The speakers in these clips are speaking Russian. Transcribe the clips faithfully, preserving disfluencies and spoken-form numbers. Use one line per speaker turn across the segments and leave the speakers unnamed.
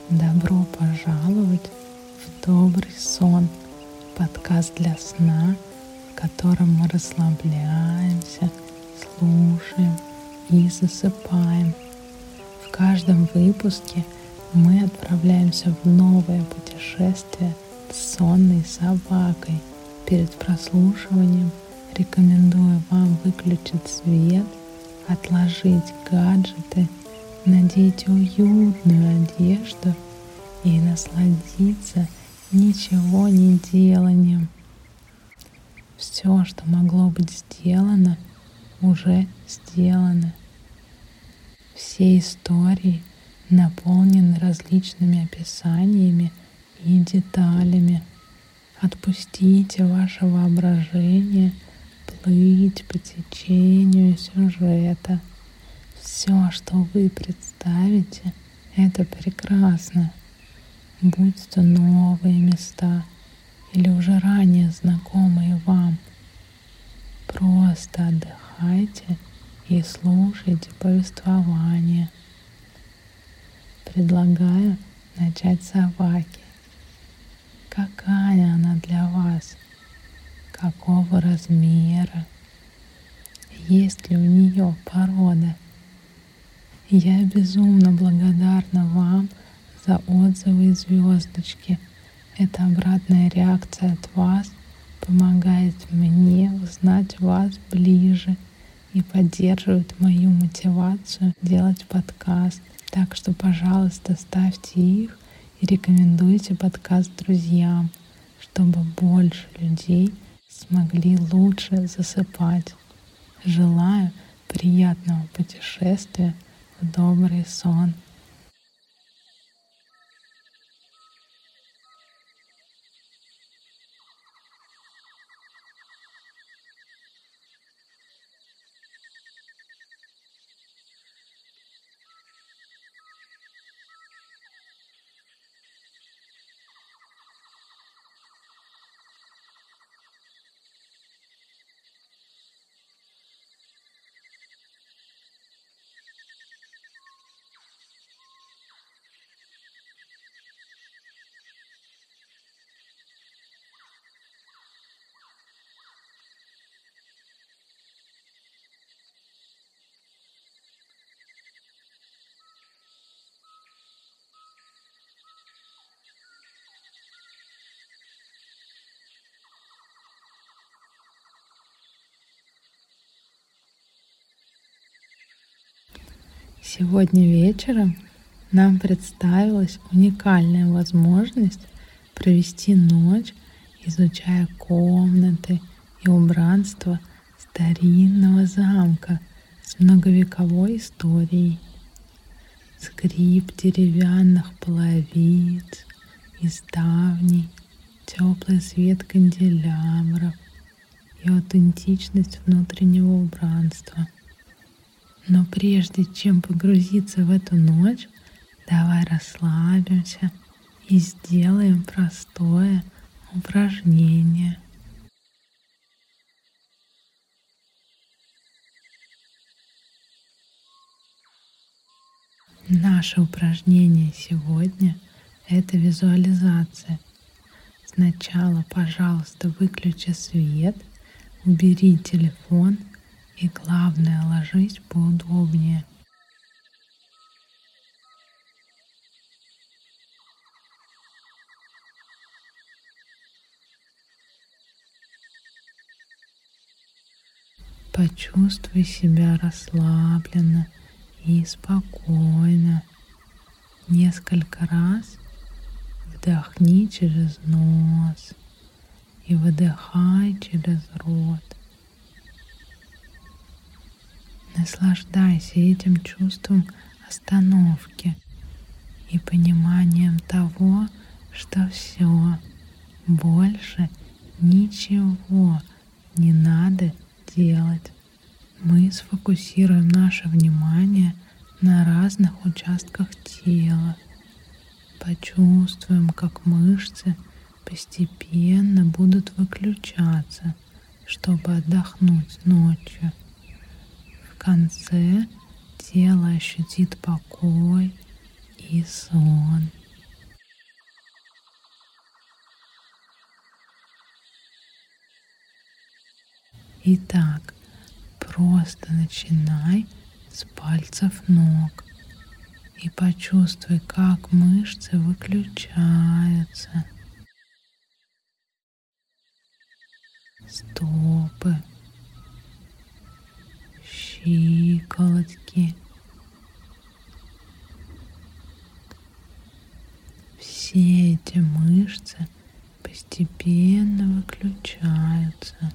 Добро пожаловать в добрый сон, подкаст для сна, в котором мы расслабляемся, слушаем и засыпаем. В каждом выпуске мы отправляемся в новое путешествие с сонной собакой. Перед прослушиванием рекомендую вам выключить свет, отложить гаджеты, надеть уютную одежду и насладиться ничего не деланием. Все, что могло быть сделано, уже сделано. Все истории наполнены различными описаниями и деталями. Отпустите ваше воображение плыть по течению сюжета. Все, что вы представите, это прекрасно. Будь то новые места или уже ранее знакомые вам. Просто отдыхайте и слушайте повествование. Предлагаю начать с собаки. Какая она для вас? Какого размера? Есть ли у нее порода? Я безумно благодарна вам за отзывы и звездочки. Эта обратная реакция от вас помогает мне узнать вас ближе и поддерживает мою мотивацию делать подкаст. Так что, пожалуйста, ставьте их и рекомендуйте подкаст друзьям, чтобы больше людей смогли лучше засыпать. Желаю приятного путешествия в добрый сон. Сегодня вечером нам представилась уникальная возможность провести ночь, изучая комнаты и убранство старинного замка с многовековой историей. Скрип деревянных половиц и ставней, теплый свет канделябров и аутентичность внутреннего убранства. Но прежде чем погрузиться в эту ночь, давай расслабимся и сделаем простое упражнение. Наше упражнение сегодня – это визуализация. Сначала, пожалуйста, выключи свет, убери телефон и, главное, ложись поудобнее. Почувствуй себя расслабленно и спокойно. Несколько раз вдохни через нос и выдыхай через рот. Наслаждайся этим чувством остановки и пониманием того, что все, больше ничего не надо делать. Мы сфокусируем наше внимание на разных участках тела. Почувствуем, как мышцы постепенно будут выключаться, чтобы отдохнуть ночью. В конце тело ощутит покой и сон. Итак, просто начинай с пальцев ног и почувствуй, как мышцы выключаются. Стопы, щиколотки. Все эти мышцы постепенно выключаются.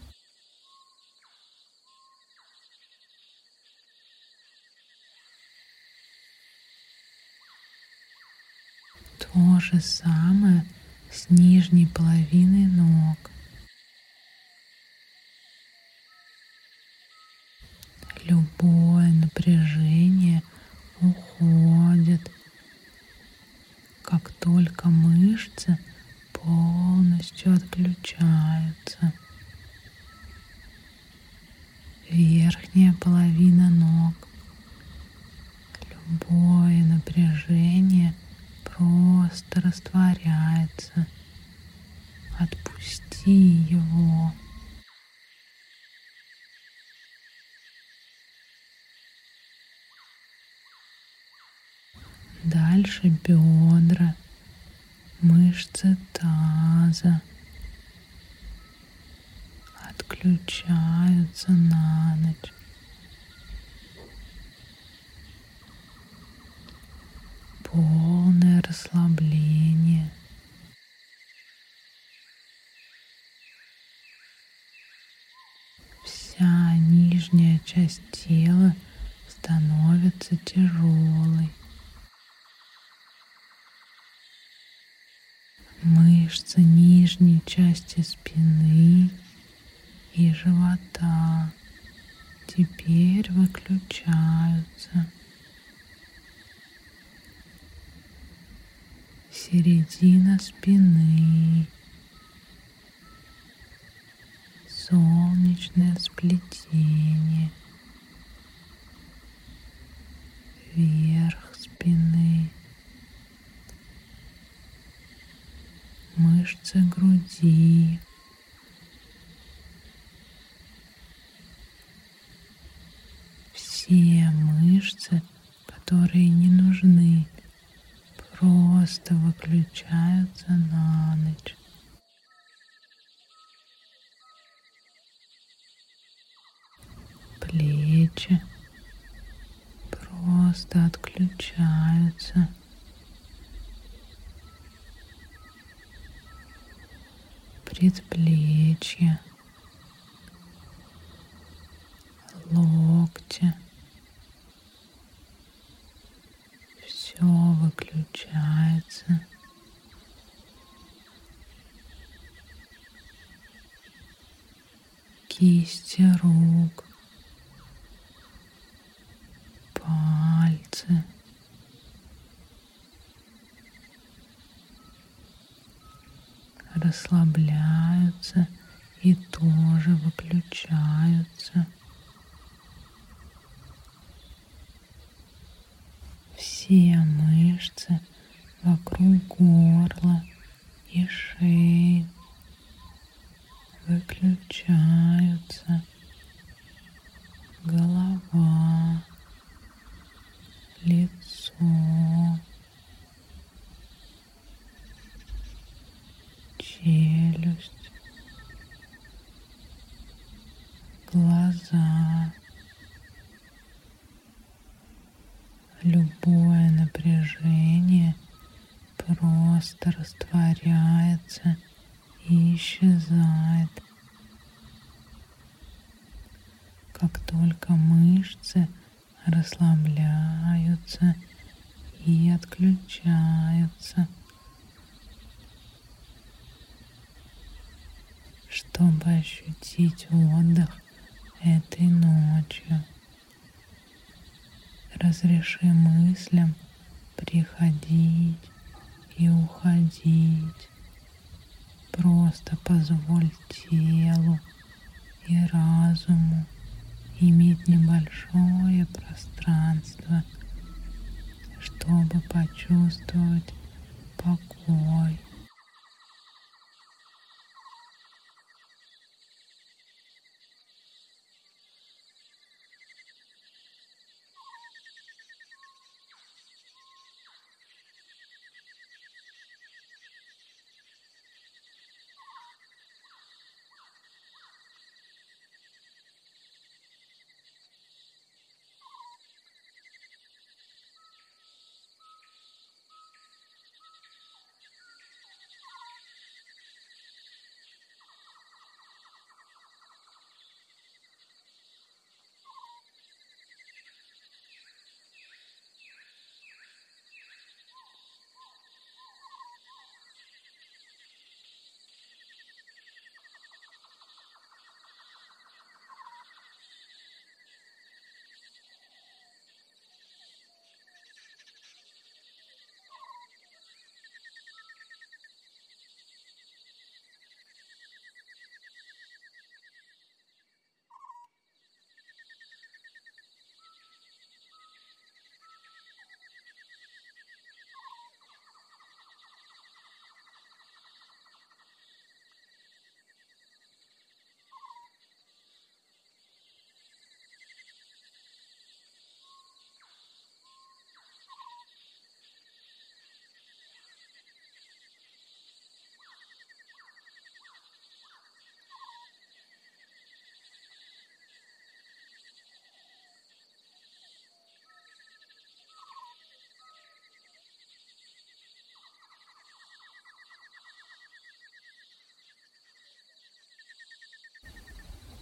То же самое с нижней половиной ног. Любое напряжение уходит, как только мышцы полностью отключаются. Верхняя половина ног. Любое напряжение просто растворяется. Отпусти его. Дальше бедра, мышцы таза отключаются на ночь. Полное расслабление. Вся нижняя часть тела становится тяжелой. Мышцы нижней части спины и живота теперь выключаются. Середина спины, солнечное сплетение, верх спины, мышцы груди, все мышцы, которые не нужны, просто выключаются на ночь. Плечи просто отключаются. Предплечья, локти. Все выключается. Кисти рук, пальцы, расслабляются и тоже выключаются. Все мышцы вокруг горла и шеи выключаются. Голова, лицо, челюсть, глаза. Любое напряжение просто растворяется и исчезает. Как только мышцы расслабляются и отключаются. Чтобы ощутить отдых этой ночью, разреши мыслям приходить и уходить. Просто позволь телу и разуму иметь небольшое пространство, чтобы почувствовать покой.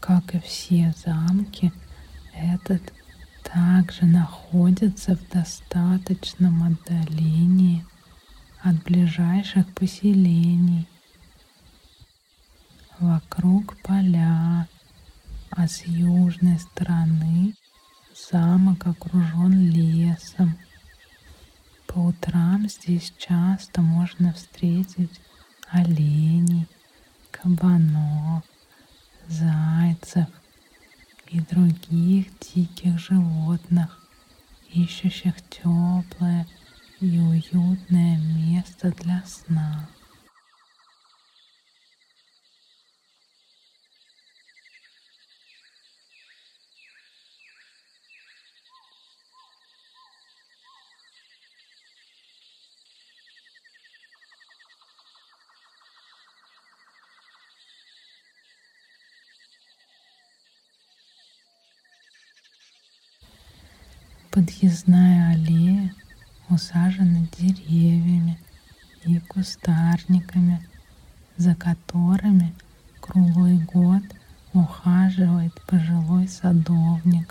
Как и все замки, этот также находится в достаточном отдалении от ближайших поселений. Вокруг поля, а с южной стороны замок окружен лесом. По утрам здесь часто можно встретить оленей, кабанов, зайцев и других диких животных, ищущих теплое и уютное место для сна. Подъездная аллея усажена деревьями и кустарниками, за которыми круглый год ухаживает пожилой садовник.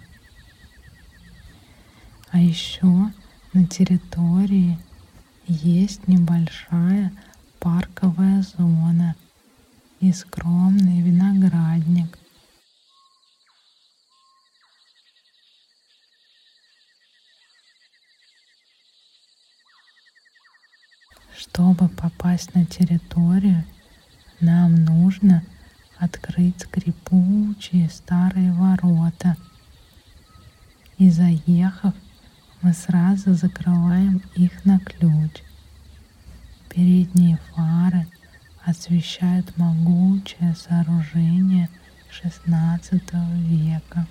А еще на территории есть небольшая парковая зона и скромный виноградник. Чтобы попасть на территорию, нам нужно открыть скрипучие старые ворота. И заехав, мы сразу закрываем их на ключ. Передние фары освещают могучее сооружение шестнадцатого века.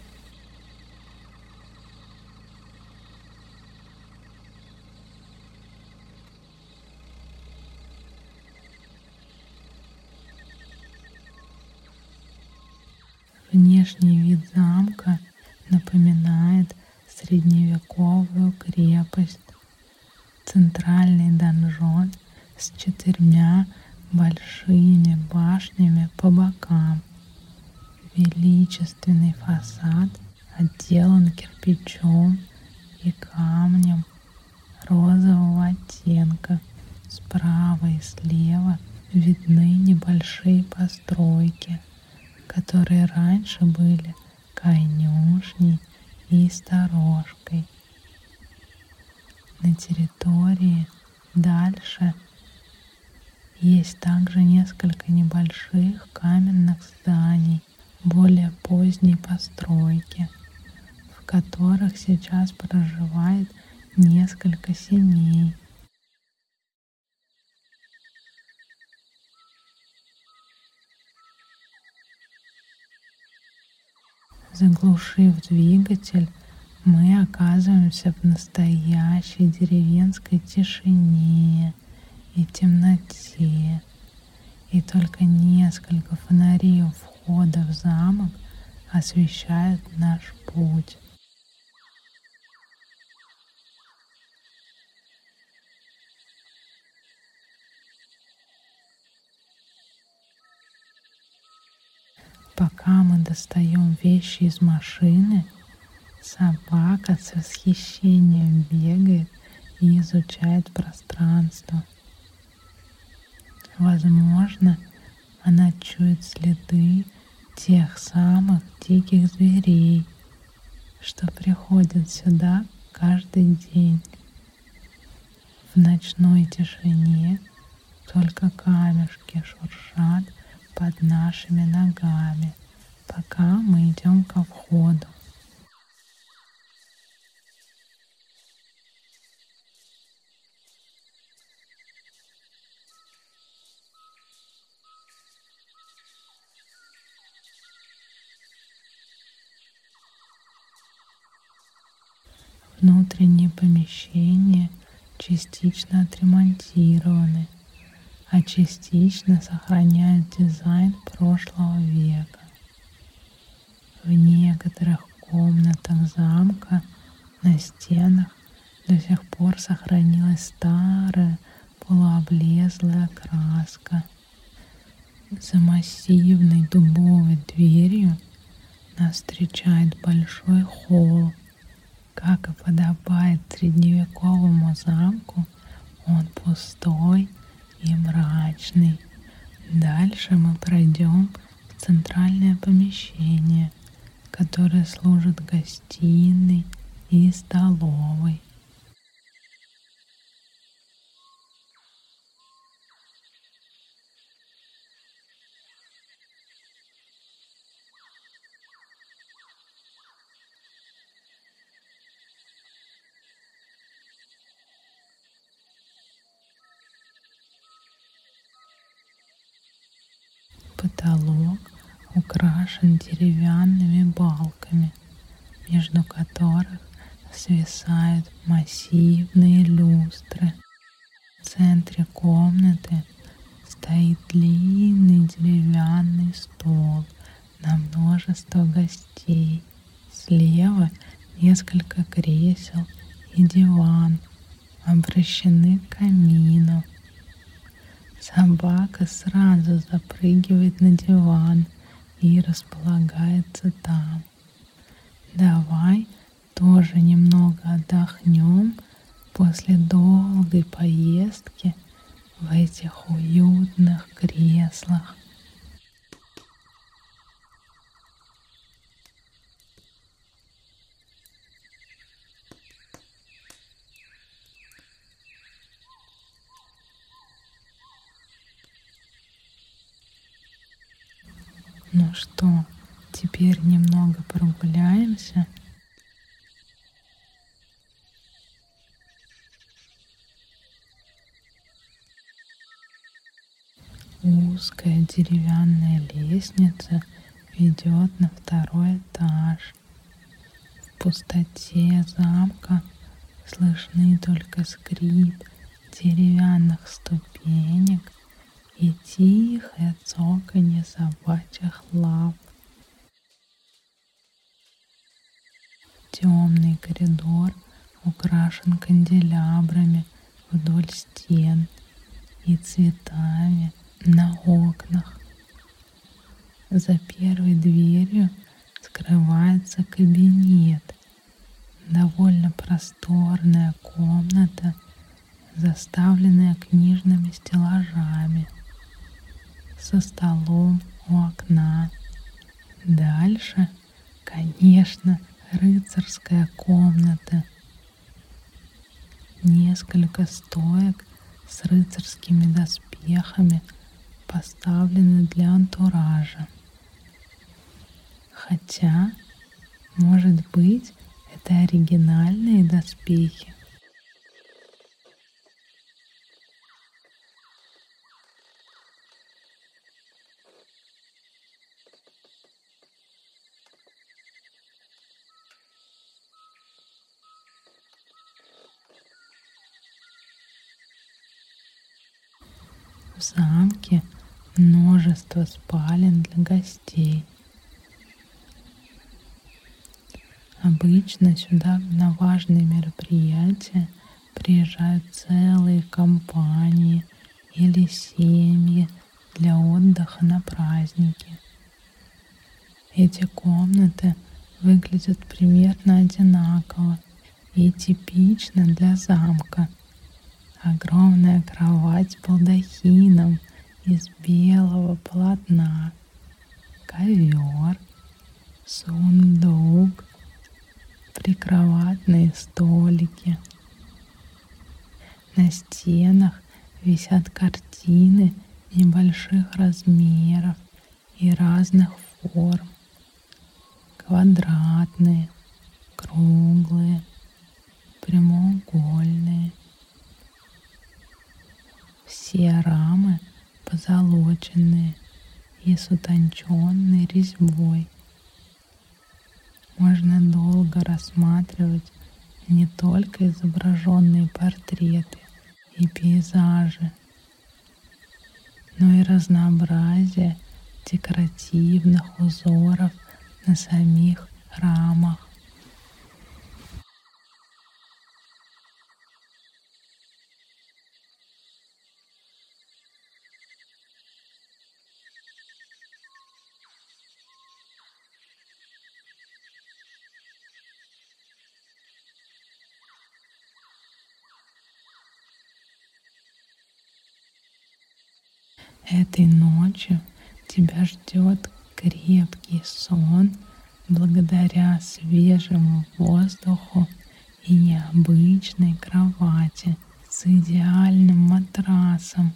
Внешний вид замка напоминает средневековую крепость. Центральный донжон с четырьмя большими башнями по бокам. Величественный фасад отделан кирпичом и камнем розового оттенка. Справа и слева видны небольшие постройки, которые раньше были конюшней и сторожкой. На территории дальше есть также несколько небольших каменных зданий более поздней постройки, в которых сейчас проживает несколько семей. Заглушив двигатель, мы оказываемся в настоящей деревенской тишине и темноте, и только несколько фонарей у входа в замок освещают наш путь. Пока мы достаем вещи из машины, собака с восхищением бегает и изучает пространство. Возможно, она чует следы тех самых диких зверей, что приходят сюда каждый день. В ночной тишине только камешки шуршат под нашими ногами, пока мы идем ко входу. Внутренние помещения частично отремонтированы, а частично сохраняют дизайн прошлого века. В некоторых комнатах замка на стенах до сих пор сохранилась старая полуоблезлая краска. За массивной дубовой дверью большой холл. Как и подобает средневековому замку, он пустой и мрачный. Дальше мы пройдем в центральное помещение, которое служит гостиной и столовой. Потолок украшен деревянными балками, между которых свисают массивные люстры. В центре комнаты стоит длинный деревянный стол на множество гостей. Слева несколько кресел и диван обращены к камину. Собака сразу запрыгивает на диван и располагается там. Давай тоже немного отдохнем после долгой поездки в этих уютных креслах. Ну что, теперь немного прогуляемся? Узкая деревянная лестница ведет на второй этаж. В пустоте замка слышны только скрип деревянных ступенек и тихое цоканье собачьих лап. Темный коридор украшен канделябрами вдоль стен и цветами на окнах. За первой дверью скрывается кабинет, довольно просторная комната, заставленная книжными стеллажами, со столом у окна. Дальше, конечно, рыцарская комната. Несколько стоек с рыцарскими доспехами поставлены для антуража. Хотя, может быть, это оригинальные доспехи. В замке множество спален для гостей. Обычно сюда на важные мероприятия приезжают целые компании или семьи для отдыха на праздники. Эти комнаты выглядят примерно одинаково и типично для замка. Огромная кровать с балдахином из белого полотна, ковер, сундук, прикроватные столики. На стенах висят картины небольших размеров и разных форм. Квадратные, круглые, прямоугольные. Все рамы позолоченные и с утонченной резьбой. Можно долго рассматривать не только изображенные портреты и пейзажи, но и разнообразие декоративных узоров на самих рамах. Этой ночью тебя ждет крепкий сон благодаря свежему воздуху и необычной кровати с идеальным матрасом.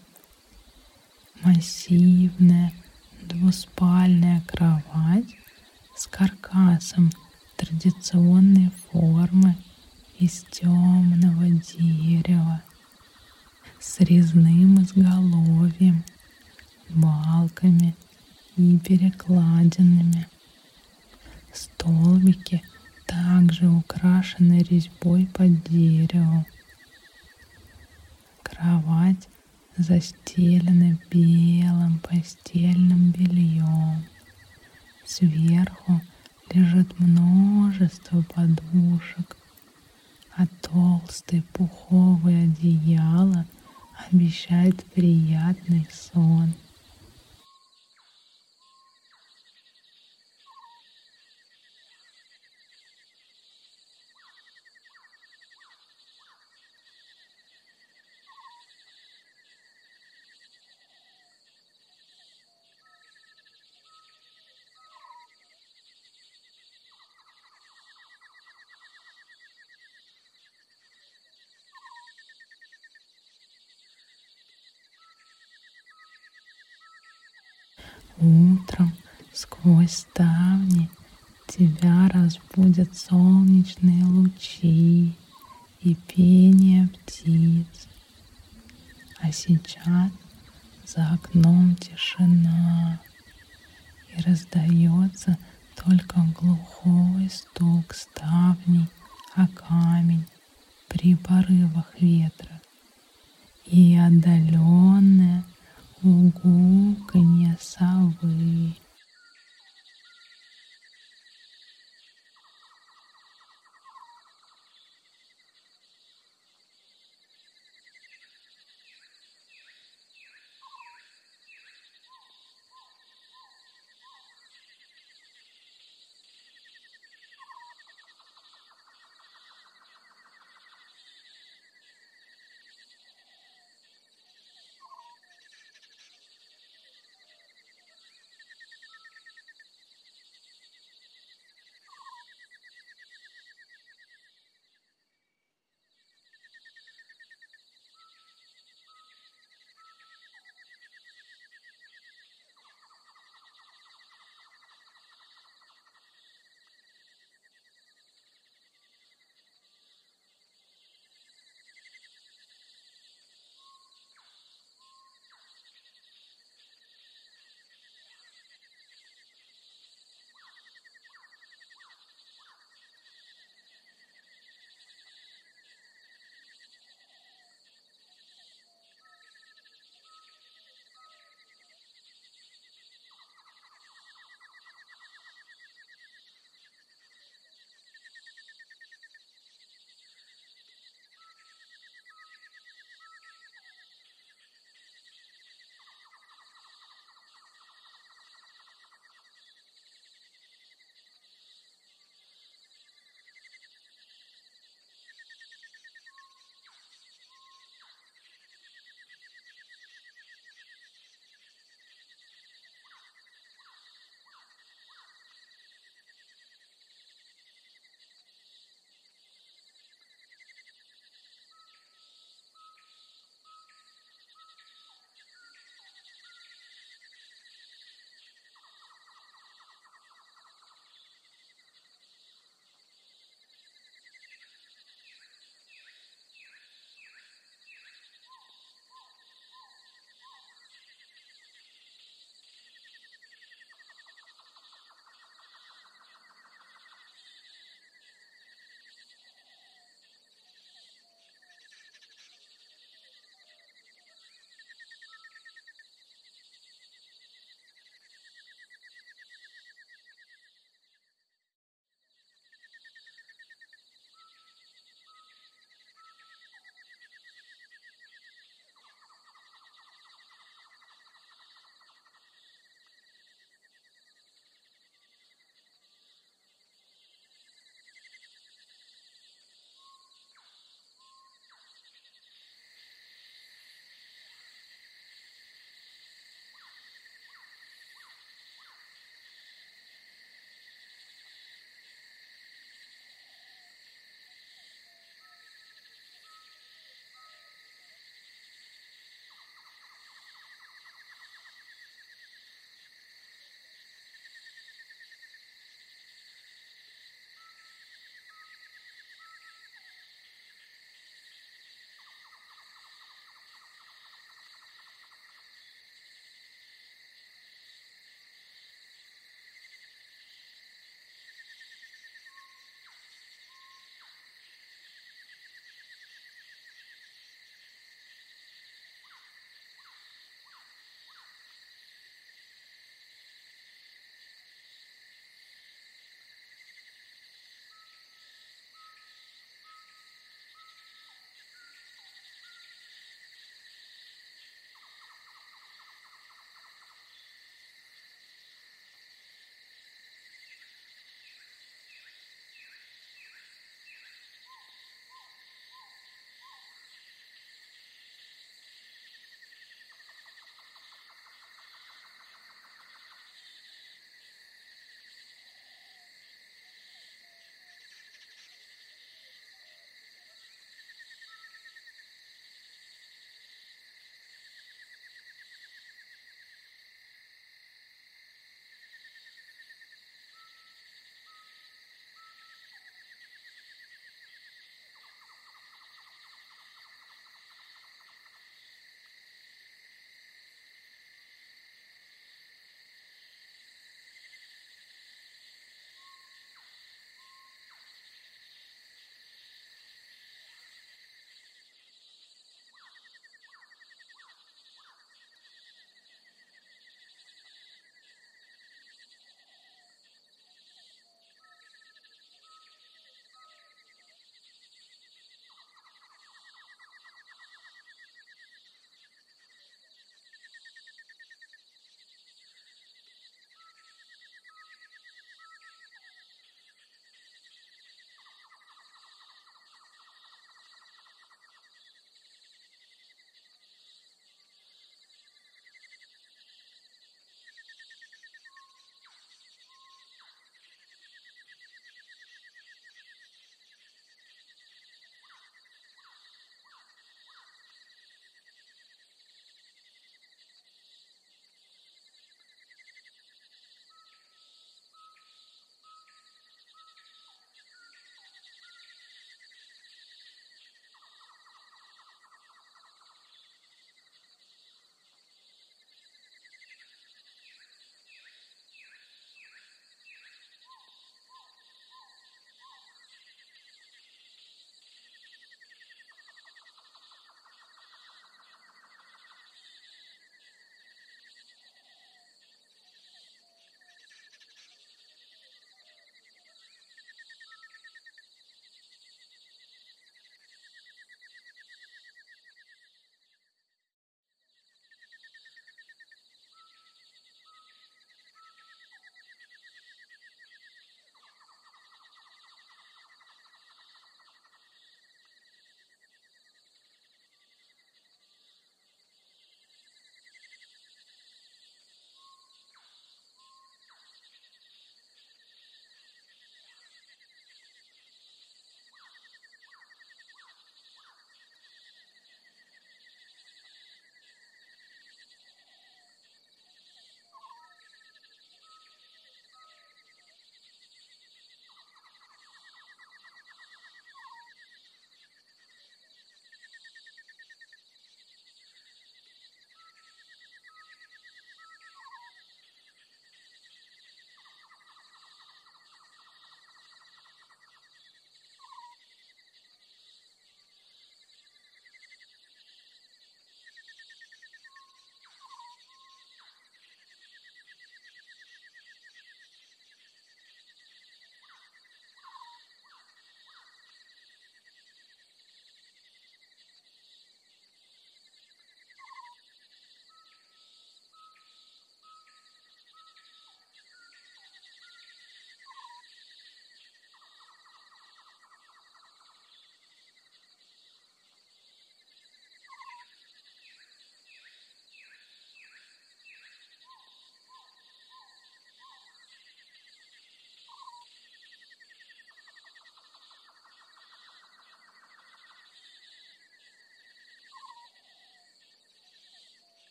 Массивная двуспальная кровать с каркасом традиционной формы из темного дерева, с резным изголовьем, балками и перекладинами. Столбики также украшены резьбой по дереву. Кровать застелена белым постельным бельем. Сверху лежит множество подушек, а толстые пуховые одеяла обещают приятный сон. Утром сквозь ставни тебя разбудят солнечные лучи и пение птиц. А сейчас за окном тишина, и раздается только глухой стук ставней о камень при порывах ветра и отдаленное угуканье совы.